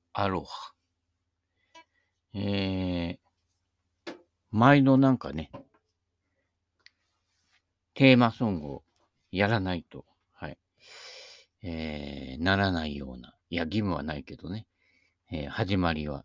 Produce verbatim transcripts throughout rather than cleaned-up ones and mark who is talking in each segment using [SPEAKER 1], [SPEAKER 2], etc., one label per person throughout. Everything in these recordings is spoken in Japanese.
[SPEAKER 1] アロハ。えー、毎度なんかね、テーマソングをやらないと、はい、えー、ならないような、いや、義務はないけどね、えー始まりは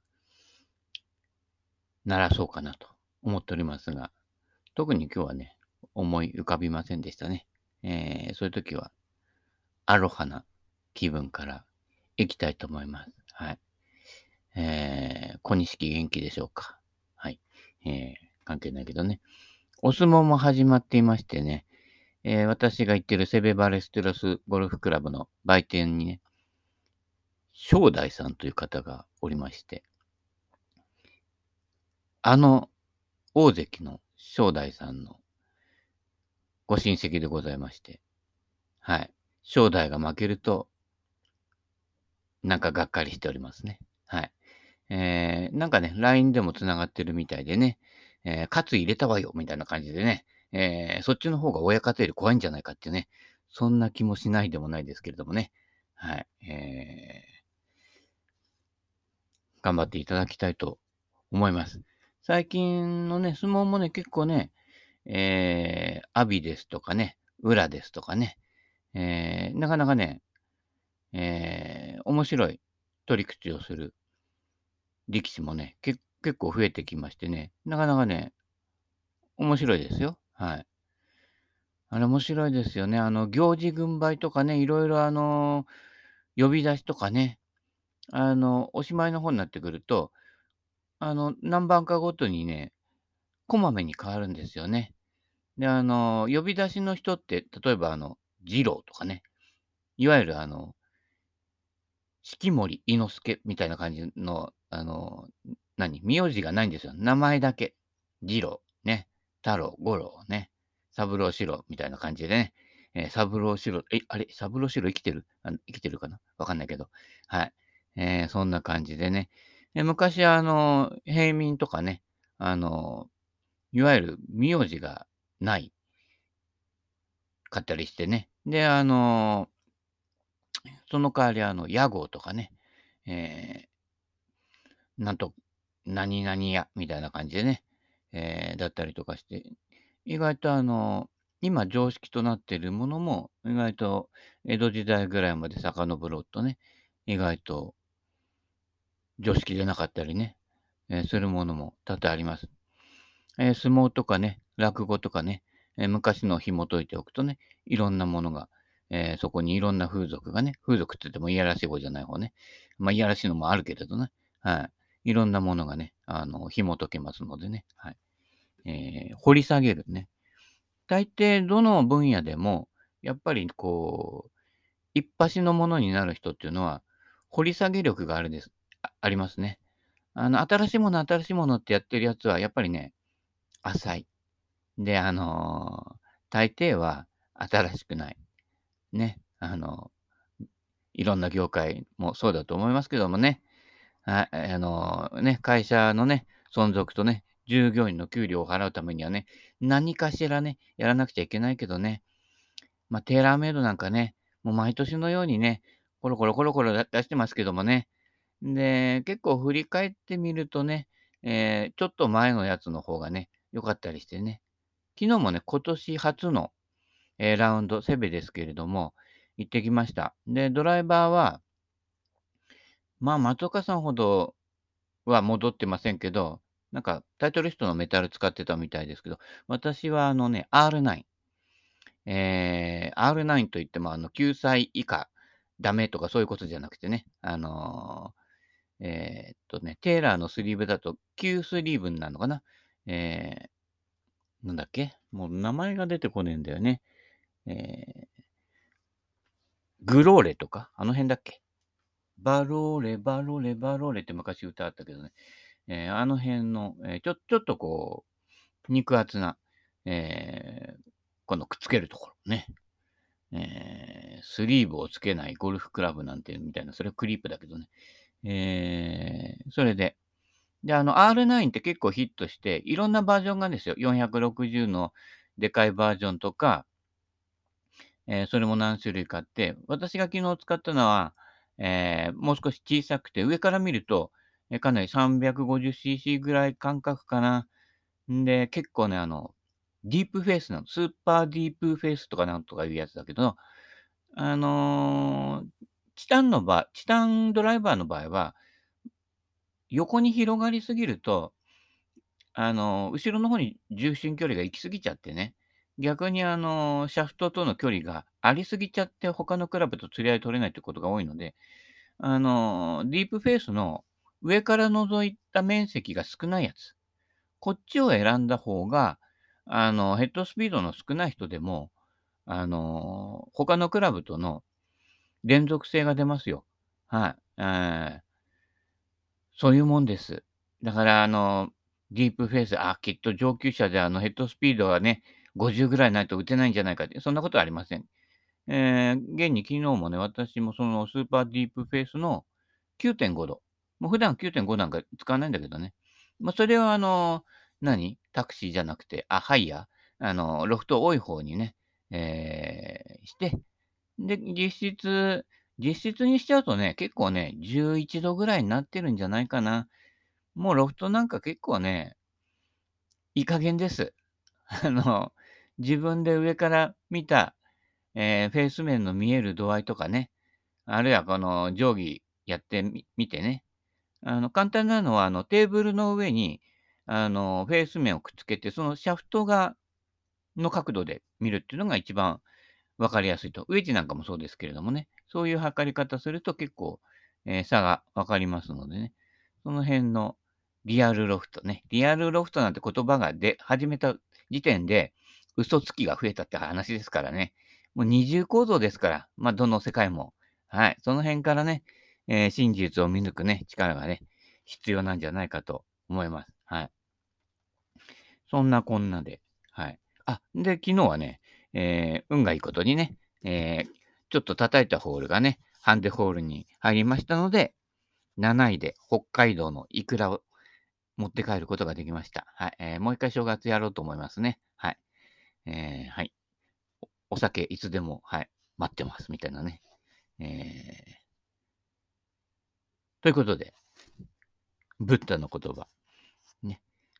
[SPEAKER 1] 鳴らそうかなと思っておりますが、特に今日はね、思い浮かびませんでしたね。えー、そういう時は、アロハな気分から行きたいと思います。はい。えー、小錦元気でしょうか。はい。えー、関係ないけどね。お相撲も始まっていましてね、えー私が行ってるセベバレステロスゴルフクラブの売店にね、正代さんという方がおりまして、あの大関の正代さんのご親戚でございまして、はい。正代が負けると、なんかがっかりしておりますね。はい。えー、なんかね、ライン でも繋がってるみたいでね、えー、喝入れたわよ、みたいな感じでね、えー、そっちの方が親方より怖いんじゃないかっていうね、そんな気もしないでもないですけれどもね。はい。えー、頑張っていただきたいと思います。最近のね、相撲もね、結構ね、えー、阿炎ですとかね、宇良ですとかね、えー、なかなかね、えー、面白い取り口をする力士もね、け結構増えてきましてね、なかなかね、面白いですよ。はい。あれ面白いですよね。あの、行司軍配とかね、いろいろあの、呼び出しとかね、あの、おしまいの方になってくると、あの、何番かごとにね、こまめに変わるんですよね。で、あの、呼び出しの人って、例えばあの、次郎とかね、いわゆるあの、式守伊之助みたいな感じの、あの、何、名字がないんですよ。名前だけ。次郎、ね、太郎、五郎ね、三郎、四郎みたいな感じでね、えー、三郎、四郎、え、あれ、三郎、四郎生きてるあの生きてるかなわかんないけど。はい。えー、そんな感じでね。で昔あの、平民とかね、あの、いわゆる名字がないかったりしてね。で、あの、その代わりあの、屋号とかね、えー、なんと、何々屋みたいな感じでね、えー、だったりとかして、意外とあの、今常識となっているものも、意外と江戸時代ぐらいまで遡ろうとね、意外と常識でなかったりね、えーするものも多々あります。えー相撲とかね、落語とかね、えー昔のを紐解いておくとね、いろんなものが、えーそこにいろんな風俗がね、風俗って言ってもいやらしい方じゃない方ね。まあ、いやらしいのもあるけれどね。はい。いろんなものがね、あの、紐解けますのでね。はい。えー掘り下げるね。大抵どの分野でも、やっぱりこう、一発のものになる人っていうのは、掘り下げ力があるです。あありますね。あの、新しいもの新しいものってやってるやつは、やっぱりね、浅い。で、あの、大抵は新しくない。ね。あの、いろんな業界もそうだと思いますけどもね。はい、あの、ね、会社のね、存続とね、従業員の給料を払うためにはね、何かしらね、やらなくちゃいけないけどね、ま、テーラーメイドなんかね、もう毎年のようにね、コロコロコロコロだ出してますけどもね。で、結構振り返ってみるとね、えーちょっと前のやつの方がね、良かったりしてね。昨日もね、今年初の、えーラウンド、セベですけれども、行ってきました。で、ドライバーは、まあ、松岡さんほどは戻ってませんけど、なんかタイトルリストのメタル使ってたみたいですけど、私はあのね、アールナイン。えー、アールナイン といってもあのきゅうさい以下ダメとかそういうことじゃなくてね、あのー、えーっとね、テーラーのスリーブだときゅうスリーブになるのかな。えー、なんだっけもう名前が出てこねえんだよね。えー、グローレとかあの辺だっけバローレ、バローレ、バローレって昔歌あったけどね。えーあの辺の、えーちょちょっとこう、肉厚な、えーこのくっつけるところね。えースリーブをつけないゴルフクラブなんてみたいな、それはクリープだけどね。えーそれで、で、あの アールナイン って結構ヒットして、いろんなバージョンがあるんですよ。よんひゃくろくじゅうのでかいバージョンとか、えーそれも何種類かあって、私が昨日使ったのは、 えーもう少し小さくて、上から見ると、え、かなり さんびゃくごじゅっシーシー ぐらい感覚かな。んで、結構ね、あの、ディープフェイスなの、スーパーディープフェイスとかなんとかいうやつだけど、あの、チタンの場チタンドライバーの場合は、横に広がりすぎると、あの、後ろの方に重心距離が行き過ぎちゃってね、逆にあの、シャフトとの距離がありすぎちゃって、他のクラブと釣り合い取れないってことが多いので、あの、ディープフェイスの上から覗いた面積が少ないやつ、こっちを選んだ方が、あの、ヘッドスピードの少ない人でも、あの、他のクラブとの連続性が出ますよ。はい。えーそういうもんです。だから、あの、ディープフェイス、あ、きっと上級者であのヘッドスピードがね、ごじゅうぐらいないと打てないんじゃないかって、そんなことはありません。えー現に昨日もね、私もそのスーパーディープフェイスのきゅうてんごど。もう普段きゅうてんごなんか使わないんだけどね。まあ、それはあの、何タクシーじゃなくて、あ、ハイヤー、あの、ロフト多い方にね、えーして、で、実質、実質にしちゃうとね、結構ね、じゅういちどぐらいになってるんじゃないかな。もうロフトなんか結構ね、いい加減です。あの、自分で上から見た、えーフェース面の見える度合いとかね、あるいはこの定規やってみみてね、あの、簡単なのは、あの、テーブルの上に、あの、フェース面をくっつけて、そのシャフトがの角度で見るっていうのが一番分かりやすいと。ウェッジなんかもそうですけれどもね、そういう測り方すると結構、えー差が分かりますのでね、その辺のリアルロフトね、リアルロフトなんて言葉が出始めた時点で、嘘つきが増えたって話ですからね。もう二重構造ですから、まあ、どの世界も。はい。その辺からね、えー真実を見抜くね、力がね、必要なんじゃないかと思います。はい。そんなこんなで、はい。あ、で、昨日はね、えー運がいいことにね、えーちょっと叩いたホールがね、ハンデホールに入りましたので、なないで北海道のイクラを持って帰ることができました。はい。えーもう一回正月やろうと思いますね。はい。えーはい。お酒いつでも、はい、待ってます、みたいなね。えーということで、ブッダの言葉。ね。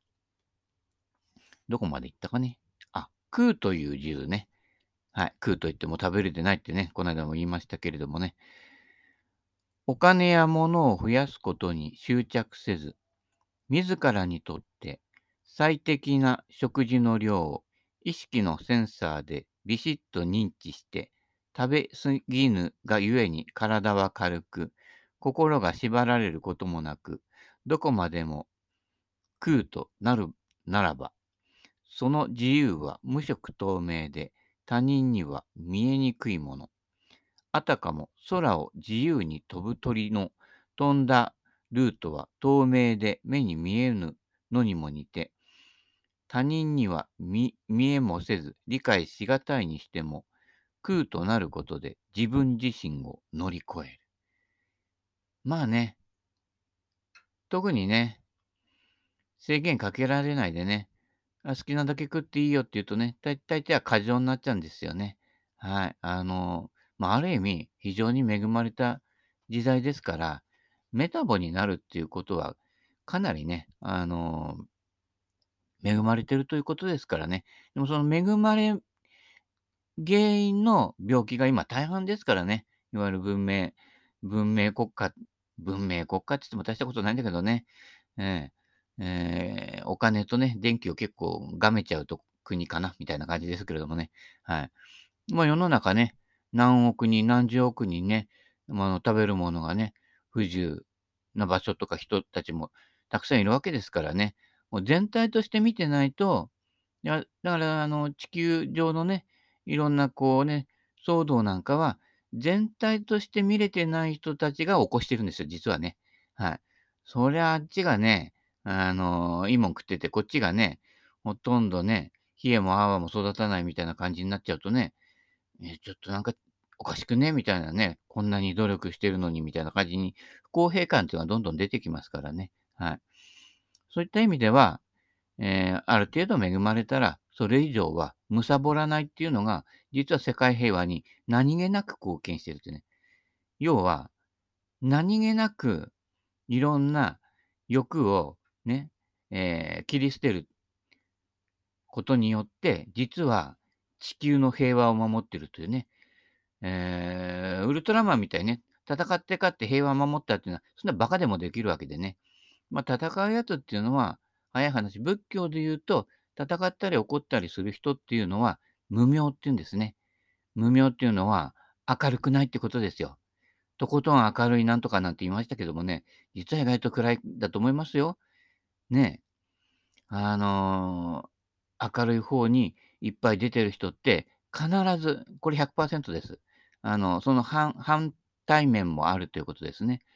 [SPEAKER 1] どこまで行ったかね。あ、空という自由ね。はい。空と言っても食べれてないってね、この間も言いましたけれどもね。お金や物を増やすことに執着せず、自らにとって最適な食事の量を意識のセンサーでビシッと認知して食べ過ぎぬがゆえに体は軽く、心が縛られることもなく、どこまでも空となるならば、その自由は無色透明で他人には見えにくいもの。あたかも空を自由に飛ぶ鳥の飛んだルートは透明で目に見えぬのにも似て、他人には見見えもせず理解しがたいにしても、空となることで自分自身を乗り越える。まあね、特にね、制限かけられないでね、あ好きなだけ食っていいよって言うとね、大大抵は過剰になっちゃうんですよね。はい。あの、まあ、ある意味、非常に恵まれた時代ですから、メタボになるっていうことは、かなりね、あの、恵まれてるということですからね。でもその恵まれ原因の病気が今大半ですからね。いわゆる文明文明国家文明国家って言っても大したことないんだけどね。ええ、ええ、お金とね、電気を結構がめちゃうと国かなみたいな感じですけれどもね。はい。ま、世の中ね、何億人、何十億人ね、まあの、食べるものがね、不自由な場所とか人たちもたくさんいるわけですからね。もう全体として見てないと、いや、だからあの、地球上のね、いろんなこうね、騒動なんかは、全体として見れてない人たちが起こしてるんですよ、実はね。はい。そりゃあっちがね、あの、いいもん食ってて、こっちがね、ほとんどね、冷えも泡も育たないみたいな感じになっちゃうとね、え、ちょっとなんかおかしくねみたいなね、こんなに努力してるのにみたいな感じに、不公平感っていうのはどんどん出てきますからね。はい。そういった意味では、えーある程度恵まれたら、それ以上は貪らないっていうのが、実は世界平和に何気なく貢献してるってね。要は、 何気なくいろんな欲をね、えー切り捨てることによって、実は地球の平和を守っているというね、えーウルトラマンみたいにね、戦って勝って平和を守ったっていうのは、そんな馬鹿でもできるわけでね。まあ、戦うやつっていうのは、早い話、仏教で言うと、戦ったり怒ったりする人っていうのは、無明っていうんですね。無明っていうのは、明るくないってことですよ。とことん明るいなんとかなんて言いましたけどもね、実は意外と暗いだと思いますよ。ねえ。あの、明るい方にいっぱい出てる人って、必ず、これひゃくパーセントです。あの、その反反対面もあるということですね。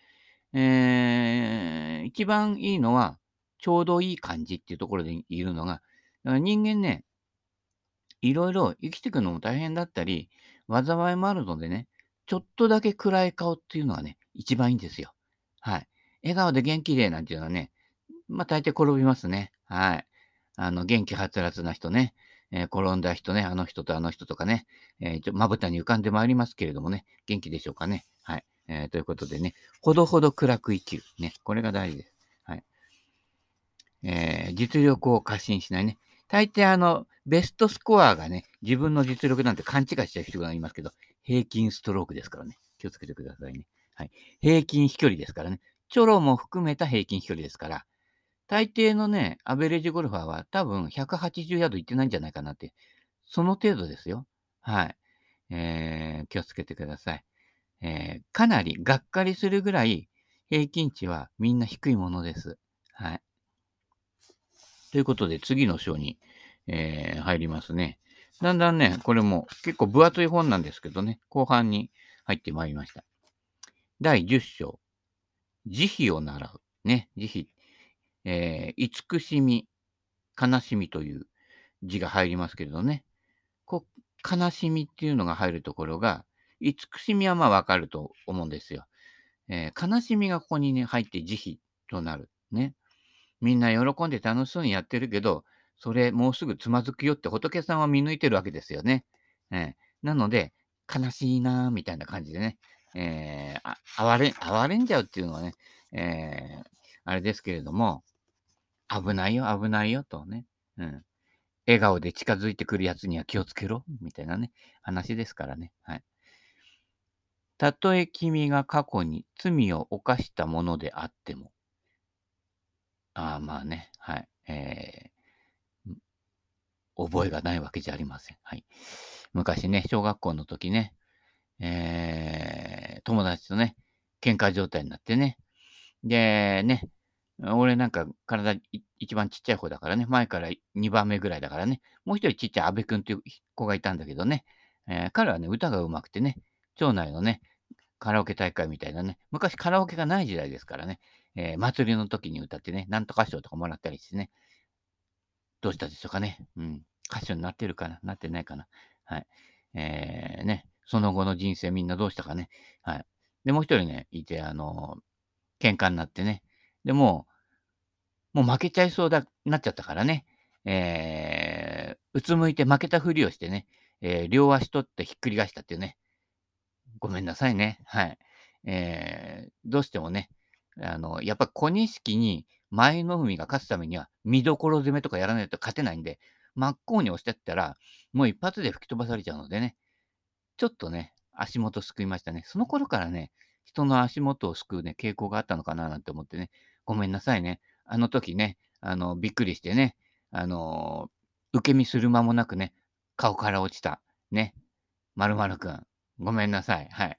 [SPEAKER 1] ええ、一番いいのは、ちょうどいい感じっていうところでいるのが、だから人間ね、いろいろ生きていくのも大変だったり、災いもあるのでね、ちょっとだけ暗い顔っていうのはね、一番いいんですよ。はい。笑顔で元気でなんていうのはね、ま、大抵転びますね。はい。あの、元気はつらつな人ね、えー転んだ人ね、あの人とあの人とかね、えーちょまぶたに浮かんでまいりますけれどもね、元気でしょうかね。はい。えーということでね、ほどほど暗く生きる。ね、これが大事です。はい。えー実力を過信しないね。大抵あの、ベストスコアがね、自分の実力なんて勘違いしちゃう人がいますけど、平均ストロークですからね。気をつけてくださいね。はい。平均飛距離ですからね。チョロも含めた平均飛距離ですから、大抵のね、アベレージゴルファーは多分ひゃくはちじゅうヤード行ってないんじゃないかなって、その程度ですよ。はい。えー気をつけてください。えーかなりがっかりするぐらい、平均値はみんな低いものです。はい。ということで、次の章に、えー入りますね。だんだんね、これも結構分厚い本なんですけどね、後半に入ってまいりました。だいじゅっ章、慈悲を習う。ね、慈悲。えー慈しみ、悲しみという字が入りますけれどね。こ悲しみっていうのが入るところが、慈しみはまあわかると思うんですよ。えー悲しみがここにね、入って慈悲となる。ね。みんな喜んで楽しそうにやってるけど、それもうすぐつまずくよって仏さんは見抜いてるわけですよね。ええ。なので、悲しいなみたいな感じでね、えーあ、哀れ哀れんじゃうっていうのはね、えーあれですけれども、危ないよ、危ないよとね。うん。笑顔で近づいてくるやつには気をつけろ、みたいなね、話ですからね。はい。たとえ君が過去に罪を犯したものであっても、ああ、まあね、はい。えー覚えがないわけじゃありません。はい。昔ね、小学校の時ね、えー友達とね、喧嘩状態になってね。で、ね、俺なんか体い一番ちっちゃい方だからね、前からにばんめぐらいだからね、もう一人ちっちゃい阿部くんっていう子がいたんだけどね、えー彼はね、歌が上手くてね、町内のね、カラオケ大会みたいなね、昔カラオケがない時代ですからね、えー祭りの時に歌ってね、なんとか賞とかもらったりしてね、どうしたでしょうかね。うん。歌手になってるかな、なってないかな。はい。えー、ね、その後の人生みんなどうしたかね。はい。で、もう一人ね、いて、あの、喧嘩になってね。で、もう、もう負けちゃいそうだなっちゃったからね。えー、うつむいて負けたふりをしてね、えー、両足取ってひっくり返したっていうね。ごめんなさいね。はい。えー、どうしてもね、あの、やっぱ小錦に舞の海が勝つためには、見どころ攻めとかやらないと勝てないんで、真っ向に押してったら、もう一発で吹き飛ばされちゃうのでね、ちょっとね、足元すくいましたね。その頃からね、人の足元をすくうね、傾向があったのかななんて思ってね、ごめんなさいね。あの時ね、あの、びっくりしてね、あの、受け身する間もなくね、顔から落ちた、ね、〇〇くん、ごめんなさい。はい。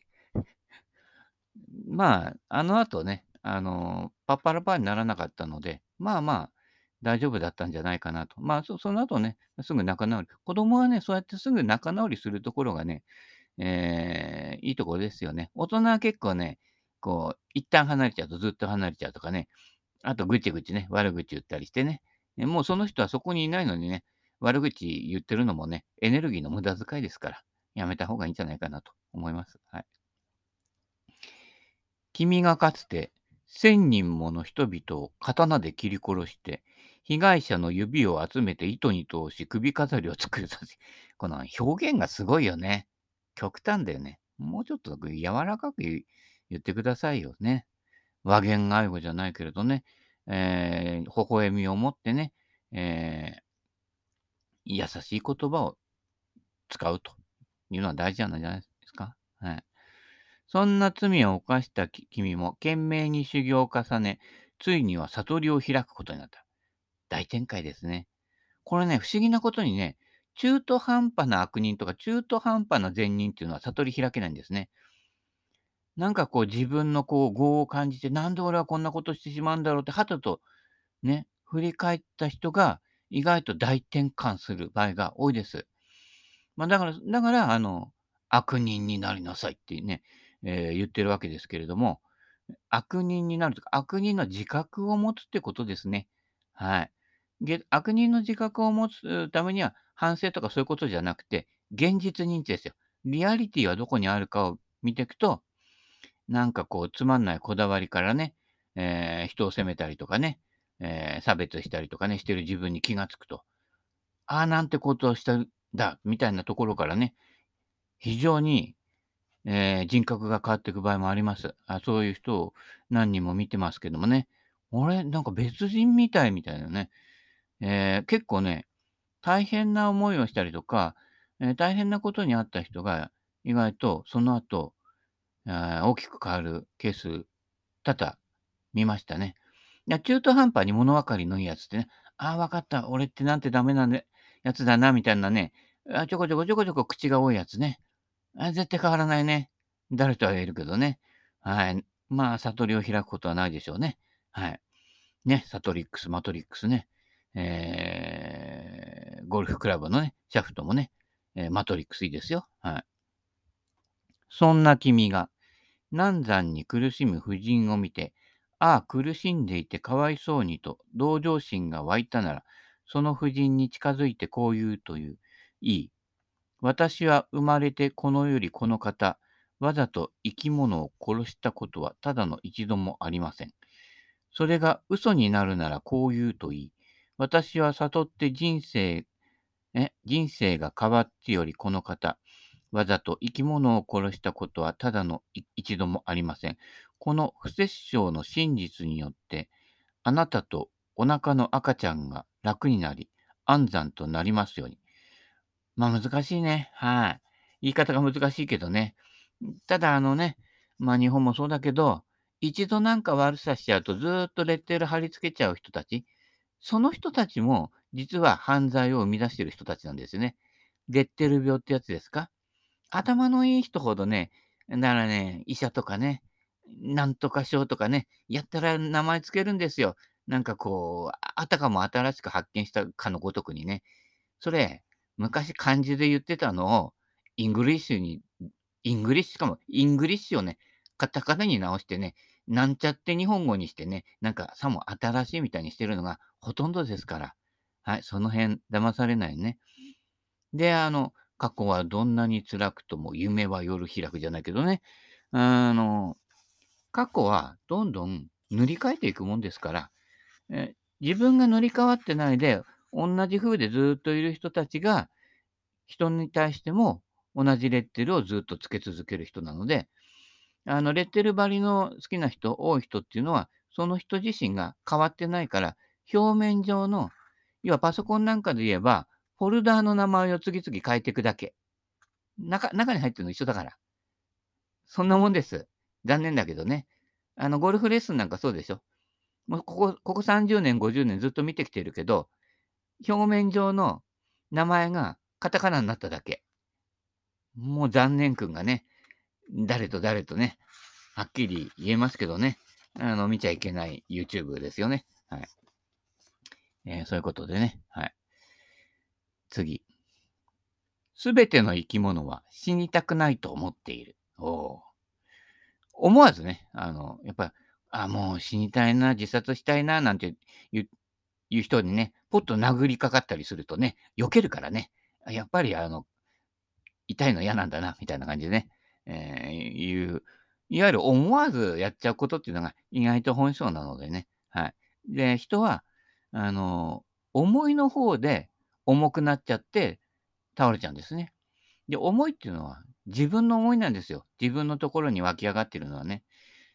[SPEAKER 1] まあ、あの後ね、あの、パッパラパーにならなかったので、まあまあ、大丈夫だったんじゃないかなと。まあ、そその後ね、すぐ仲直り。子供はね、そうやってすぐ仲直りするところがね、えーいいところですよね。大人は結構ね、こう、一旦離れちゃうとずっと離れちゃうとかね、あとぐちぐちね、悪口言ったりしてね、えもうその人はそこにいないのにね、悪口言ってるのもね、エネルギーの無駄遣いですから、やめた方がいいんじゃないかなと思います。はい。君がかつて千人もの人々を刀で切り殺して、被害者の指を集めて糸に通し首飾りを作るとし、この表現がすごいよね。極端だよね。もうちょっと柔らかく言言ってくださいよね。和言愛語じゃないけれどね、えー、微笑みを持ってね、えー、優しい言葉を使うというのは大事なんじゃないですか。はい。そんな罪を犯したき君も懸命に修行を重ね、ついには悟りを開くことになった。大展開ですね。これね、不思議なことにね、中途半端な悪人とか中途半端な善人っていうのは悟り開けないんですね。なんかこう自分のこう業を感じて、なんで俺はこんなことしてしまうんだろうって、はたとね、振り返った人が意外と大転換する場合が多いです。まあ、だからだから、あの、悪人になりなさいってね、えー言ってるわけですけれども、悪人になるとか、悪人の自覚を持つってことですね。はい。げ悪人の自覚を持つためには、反省とかそういうことじゃなくて、現実認知ですよ。リアリティはどこにあるかを見ていくと、なんかこう、つまんないこだわりからね、えー人を責めたりとかね、えー差別したりとかね、してる自分に気がつくと。ああ、なんてことをしたんだ、みたいなところからね、非常に、えー人格が変わっていく場合もあります。あ、そういう人を何人も見てますけどもね。俺、なんか別人みたいみたいなね。えー結構ね、大変な思いをしたりとか、えー大変なことにあった人が、意外とその後、あー大きく変わるケース、多々見ましたね。いや、中途半端に物分かりのいいやつってね、ああ、わかった、俺ってなんてダメなねやつだな、みたいなね、あ、ちょこちょこちょこちょこ口が多いやつね。あ、絶対変わらないね。誰とは言えるけどね。はい。まあ、悟りを開くことはないでしょうね。はい。ね、サトリックス、マトリックスね。えー、ゴルフクラブのね、シャフトもね、えーマトリックスいいですよ。はい。そんな君が、難産に苦しむ婦人を見て、ああ、苦しんでいてかわいそうにと同情心が湧いたなら、その婦人に近づいてこう言うという。いい。私は生まれてこの世よりこの方、わざと生き物を殺したことはただの一度もありません。それが嘘になるならこう言うといい。私は悟って人生、え、人生が変わってよりこの方、わざと生き物を殺したことはただのい一度もありません。この不殺生の真実によって、あなたとお腹の赤ちゃんが楽になり、安産となりますように。まあ難しいね。はい。言い方が難しいけどね。ただあのね、まあ日本もそうだけど、一度なんか悪さしちゃうとずーっとレッテル貼り付けちゃう人たち、その人たちも実は犯罪を生み出している人たちなんですよね。レッテル病ってやつですか？頭のいい人ほどね、だからね、医者とかね、なんとか症とかね、やったら名前つけるんですよ。なんかこう、ああたかも新しく発見したかのごとくにね。それ、昔漢字で言ってたのを、イングリッシュにイングリッシュしかもイングリッシュをね、カタカナに直してね、なんちゃって日本語にしてね、なんかさも新しいみたいにしてるのがほとんどですから。はい、その辺騙されないね。で、あの、過去はどんなに辛くとも夢は夜開くじゃないけどね。あの、過去はどんどん塗り替えていくもんですから、え、自分が塗り替わってないで、同じ風でずっといる人たちが、人に対しても同じレッテルをずっとつけ続ける人なので、あの、レッテル張りの好きな人、多い人っていうのは、その人自身が変わってないから、表面上の、要はパソコンなんかで言えば、フォルダーの名前を次々変えていくだけ。中中に入ってるの一緒だから。そんなもんです。残念だけどね。あの、ゴルフレッスンなんかそうでしょ。もうここここさんじゅうねん、ごじゅうねんずっと見てきてるけど、表面上の名前がカタカナになっただけ。もう残念くんがね、誰と誰とね、はっきり言えますけどね、あの、見ちゃいけない YouTube ですよね。はい。えーそういうことでね、はい。次。すべての生き物は死にたくないと思っている。おお。思わずね、あの、やっぱり、あ、もう死にたいな、自殺したいな、なんていういう人にね、ポッと殴りかかったりするとね、避けるからね、あ、やっぱりあの、痛いの嫌なんだな、みたいな感じでね、えーいう、いわゆる思わずやっちゃうことっていうのが意外と本性なのでね、はい。で、人は、あの、思いの方で重くなっちゃって倒れちゃうんですね。で、思いっていうのは自分の思いなんですよ。自分のところに湧き上がっているのはね。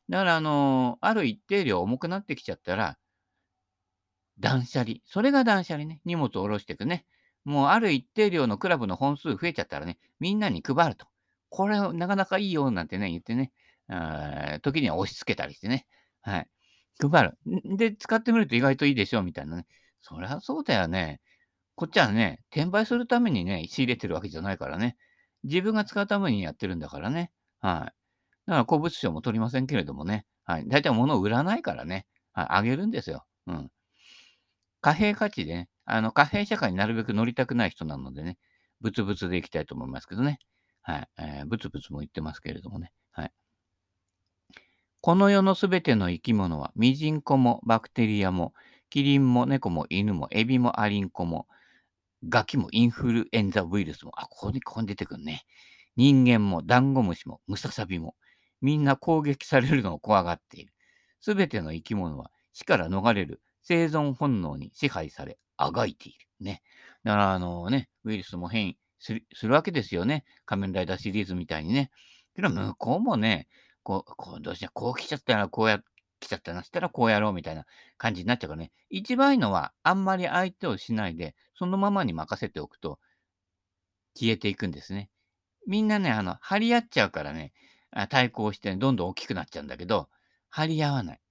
[SPEAKER 1] だからあの、ある一定量重くなってきちゃったら、断捨離。それが断捨離ね。荷物を下ろしていくね。もうある一定量のクラブの本数増えちゃったらね、みんなに配ると。これなかなかいいよなんてね、言ってね、あー時には押し付けたりしてね。はい。配る。んで、使ってみると意外といいでしょみたいなね。そりゃそうだよね。こっちはね、転売するためにね、仕入れてるわけじゃないからね。自分が使うためにやってるんだからね。はい。だから古物商も取りませんけれどもね。はい。だいたい物を売らないからね。はい。あげるんですよ。うん。貨幣価値でね、あの、貨幣社会になるべく乗りたくない人なのでね、ブツブツでいきたいと思いますけどね。はい。えー、ブツブツも言ってますけれどもね。はい。この世のすべての生き物は、ミジンコもバクテリアも、キリンも猫も犬もエビもアリンコも、ガキもインフルエンザウイルスも、あ、ここに、ここに出てくるね。人間もダンゴムシもムササビも、みんな攻撃されるのを怖がっている。すべての生き物は死から逃れる生存本能に支配され、あがいている。ね。だから、あのね、ウイルスも変異するするわけですよね。仮面ライダーシリーズみたいにね。けど、向こうもね、こう、こうどうしてこう来ちゃったらこうや、来ちゃったなしたらこうやろうみたいな感じになっちゃうからね。一番いいのは、あんまり相手をしないで、そのままに任せておくと消えていくんですね。みんなね、あの、張り合っちゃうからね、あ、対抗してどんどん大きくなっちゃうんだけど、張り合わない。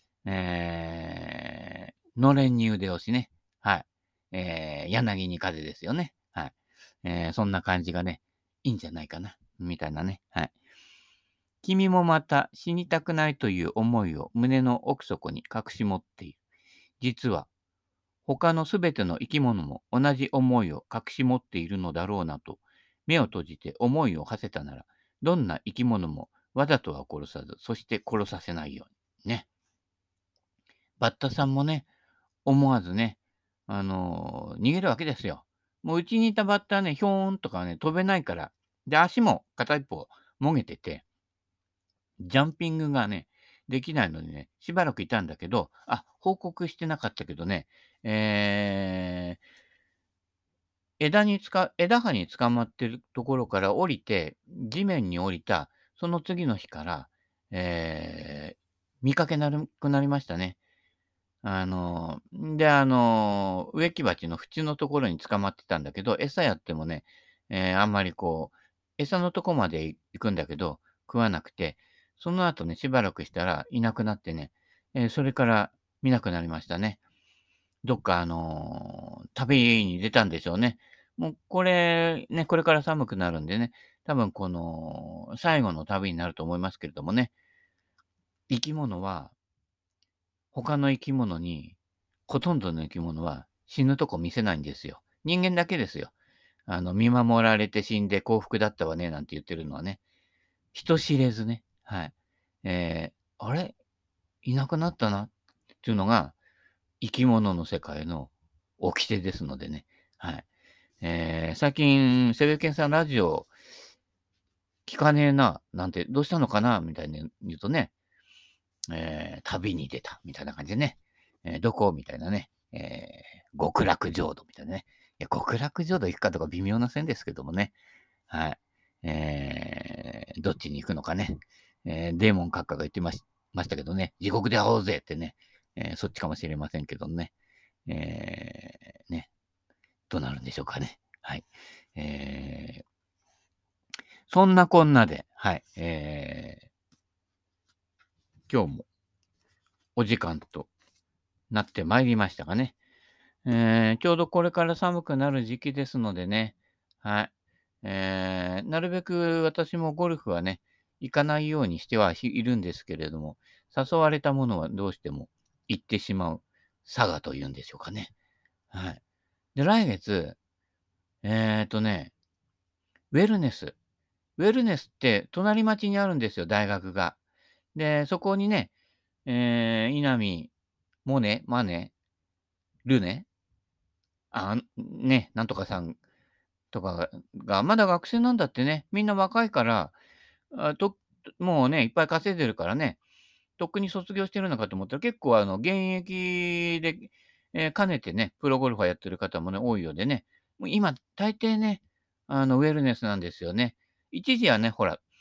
[SPEAKER 1] えー、のれんに腕押しね。はい。えー、柳に風ですよね。はい。えー、そんな感じがね、いいんじゃないかな。みたいなね。はい。君もまた死にたくないという思いを胸の奥底に隠し持っている。実は、他のすべての生き物も同じ思いを隠し持っているのだろうなと、目を閉じて思いを馳せたなら、どんな生き物もわざとは殺さず、そして殺させないように。ね。バッタさんもね、思わずね、あのー逃げるわけですよ。もううちにいたバッタはね、ひょーんとかね、飛べないから。で、足も片一方もげてて、ジャンピングがね、できないのにね、しばらくいたんだけど、あ、報告してなかったけどね、えー、枝につか枝葉に捕まってるところから降りて、地面に降りた、その次の日から、えー見かけなるくなりましたね。あの、で、あの、植木鉢の縁のところに捕まってたんだけど、餌やってもね、えーあんまりこう、餌のとこまで行くんだけど、食わなくて、その後ね、しばらくしたらいなくなってね、えーそれから見なくなりましたね。どっかあの、旅に出たんでしょうね。もうこれ、ね、これから寒くなるんでね、多分この最後の旅になると思いますけれどもね、生き物は他の生き物に、ほとんどの生き物は死ぬとこ見せないんですよ。人間だけですよ。あの、見守られて死んで幸福だったわね、なんて言ってるのはね。人知れずね。はい。えー、あれいなくなったなっていうのが、生き物の世界の掟ですのでね。はい。えー、最近、セベケンさんラジオ聞かねえな、なんて、どうしたのかなみたいに言うとね、えー、旅に出た、みたいな感じでね。えー、どこみたいなね。えー、極楽浄土みたいなね。いや、極楽浄土行くかとか微妙な線ですけどもね。はい。えー、どっちに行くのかね。えー、デーモン閣下が言ってましましたけどね。地獄で会おうぜってね。えー、そっちかもしれませんけどね。えー、ね。どうなるんでしょうかね。はい。えー、そんなこんなで、はい。えー、今日もお時間となってまいりましたがね。えー、ちょうどこれから寒くなる時期ですのでね、はい。えー、なるべく私もゴルフはね、行かないようにしてはいるんですけれども、誘われたものはどうしても行ってしまう佐賀というんでしょうかね。はい。で、来月、えーとね、ウェルネス。ウェルネスって隣町にあるんですよ、大学が。で、そこにね、えー、稲見、モネ、マネ、ルネ、あ、ね、なんとかさんとかがが、まだ学生なんだってね。みんな若いから、あ、ともうね、いっぱい稼いでるからね、とっくに卒業してるのかと思ったら、結構あの、現役で、え、兼ねてね、プロゴルファーやってる方もね、多いようでね。もう今、大抵ね、あの、ウェルネスなんですよね。一時はね、ほら、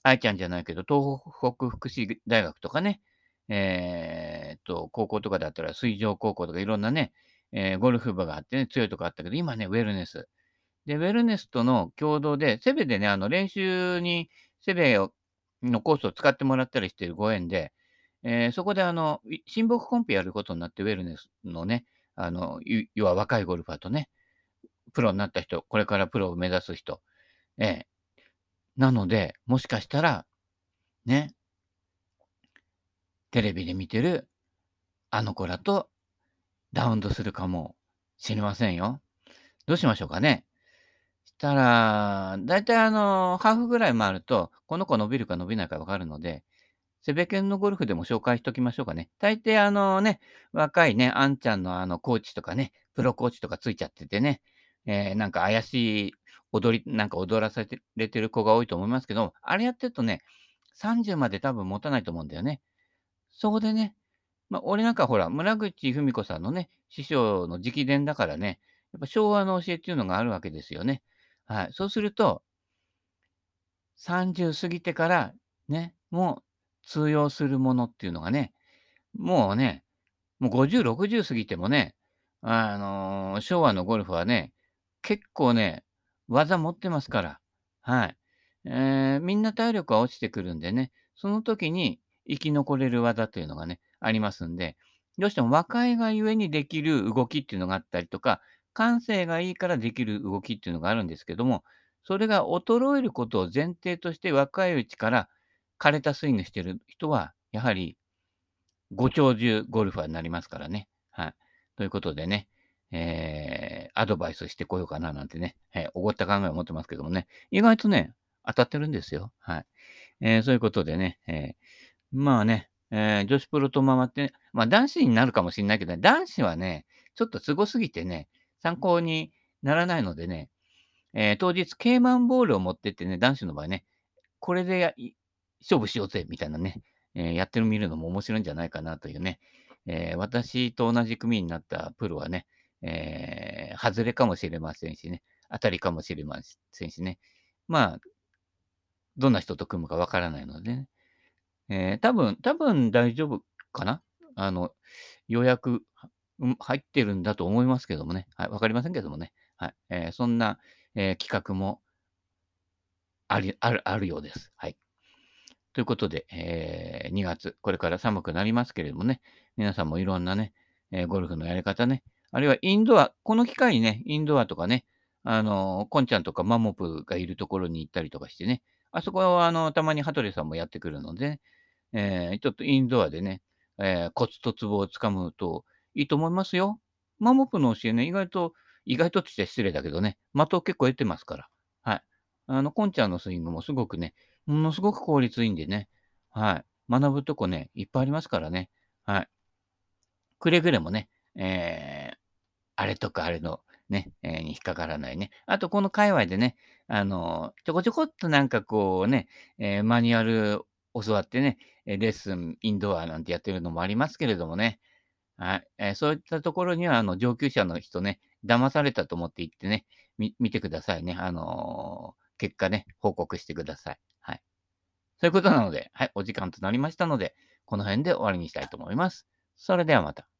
[SPEAKER 1] 愛ちゃんじゃないけど、東北福祉大学とかね、えーっと、高校とかだったら水上高校とかいろんなね、えーゴルフ部があってね、強いとこあったけど、今ね、ウェルネス。で、ウェルネスとの共同で、セベでね、あの、練習にセベをのコースを使ってもらったりしてるご縁で、えーそこであの、い親睦コンペやることになって、ウェルネスのね、あの、い要は若いゴルファーとね、プロになった人、これからプロを目指す人、ええ。なので、もしかしたら、ね、テレビで見てるあの子らとラウンドするかもしれませんよ。どうしましょうかね。したら、だいたいあの、ハーフぐらい回ると、この子伸びるか伸びないか分かるので、セベケンのゴルフでも紹介しときましょうかね。大抵あのね、若いね、あんちゃんのあのコーチとかね、プロコーチとかついちゃっててね、えーなんか怪しい踊りなんか踊らされてる子が多いと思いますけど、あれやってるとね、さんじゅうまで多分持たないと思うんだよね。そこでね、ま、俺なんかほら、村口文子さんのね、師匠の直伝だからね、やっぱ昭和の教えっていうのがあるわけですよね。はい。そうすると、さんじゅう過ぎてから、ね、もう通用するものっていうのがね、もうね、もうごじゅう、ろくじゅう過ぎてもね、あの、昭和のゴルフはね、結構ね、技持ってますから。はい。えーみんな体力は落ちてくるんでね、その時に生き残れる技というのがね、ありますんで、どうしても若いがゆえにできる動きっていうのがあったりとか、感性がいいからできる動きっていうのがあるんですけども、それが衰えることを前提として若いうちから枯れたスイングしてる人は、やはりご長寿ゴルファーになりますからね。はい。ということでね、えー、アドバイスしてこようかななんてね、えー、おごった考えを持ってますけどもね、意外とね、当たってるんですよ。はい。えー、そういうことでね、えー、まあね、えー、女子プロと回って、ね、まあ男子になるかもしれないけど、男子はね、ちょっとすごすぎてね、参考にならないのでね、えー、当日、ケーマンボールを持ってってね、男子の場合ね、これでやい勝負しようぜみたいなね、えーやってるみるのも面白いんじゃないかなというね、えー私と同じ組になったプロはね、えー外れかもしれませんしね、当たりかもしれませんしね。まあ、どんな人と組むかわからないのでね。えー多分多分大丈夫かな。あの、予約、はうん、入ってるんだと思いますけどもね。はい、わかりませんけどもね。はい。えーそんな、えー企画もありあるあるようです。はい。ということで、えーにがつ、これから寒くなりますけれどもね、皆さんもいろんなね、えーゴルフのやり方ね、あるいはインドア、この機会にね、インドアとかね、あの、コンちゃんとかマモプがいるところに行ったりとかしてね、あそこはあの、たまに羽鳥さんもやってくるので、えーちょっとインドアでね、えーコツとツボをつかむといいと思いますよ。マモプの教えね、意外と、意外とって言っちゃ失礼だけどね、的を結構得てますから。はい。あの、コンちゃんのスイングもすごくね、ものすごく効率いいんでね。はい。学ぶとこね、いっぱいありますからね。はい。くれぐれもね、えー、あれとかあれのね、えーに引っかからないね。あと、この界隈でね、あの、ちょこちょこっとなんかこうね、えーマニュアル教わってね、え、レッスン、インドアなんてやってるのもありますけれどもね。はい。えーそういったところには、あの、上級者の人ね、騙されたと思って行ってね、み見てくださいね。あの、結果ね、報告してください。はい。そういうことなので、はい、お時間となりましたので、この辺で終わりにしたいと思います。それではまた。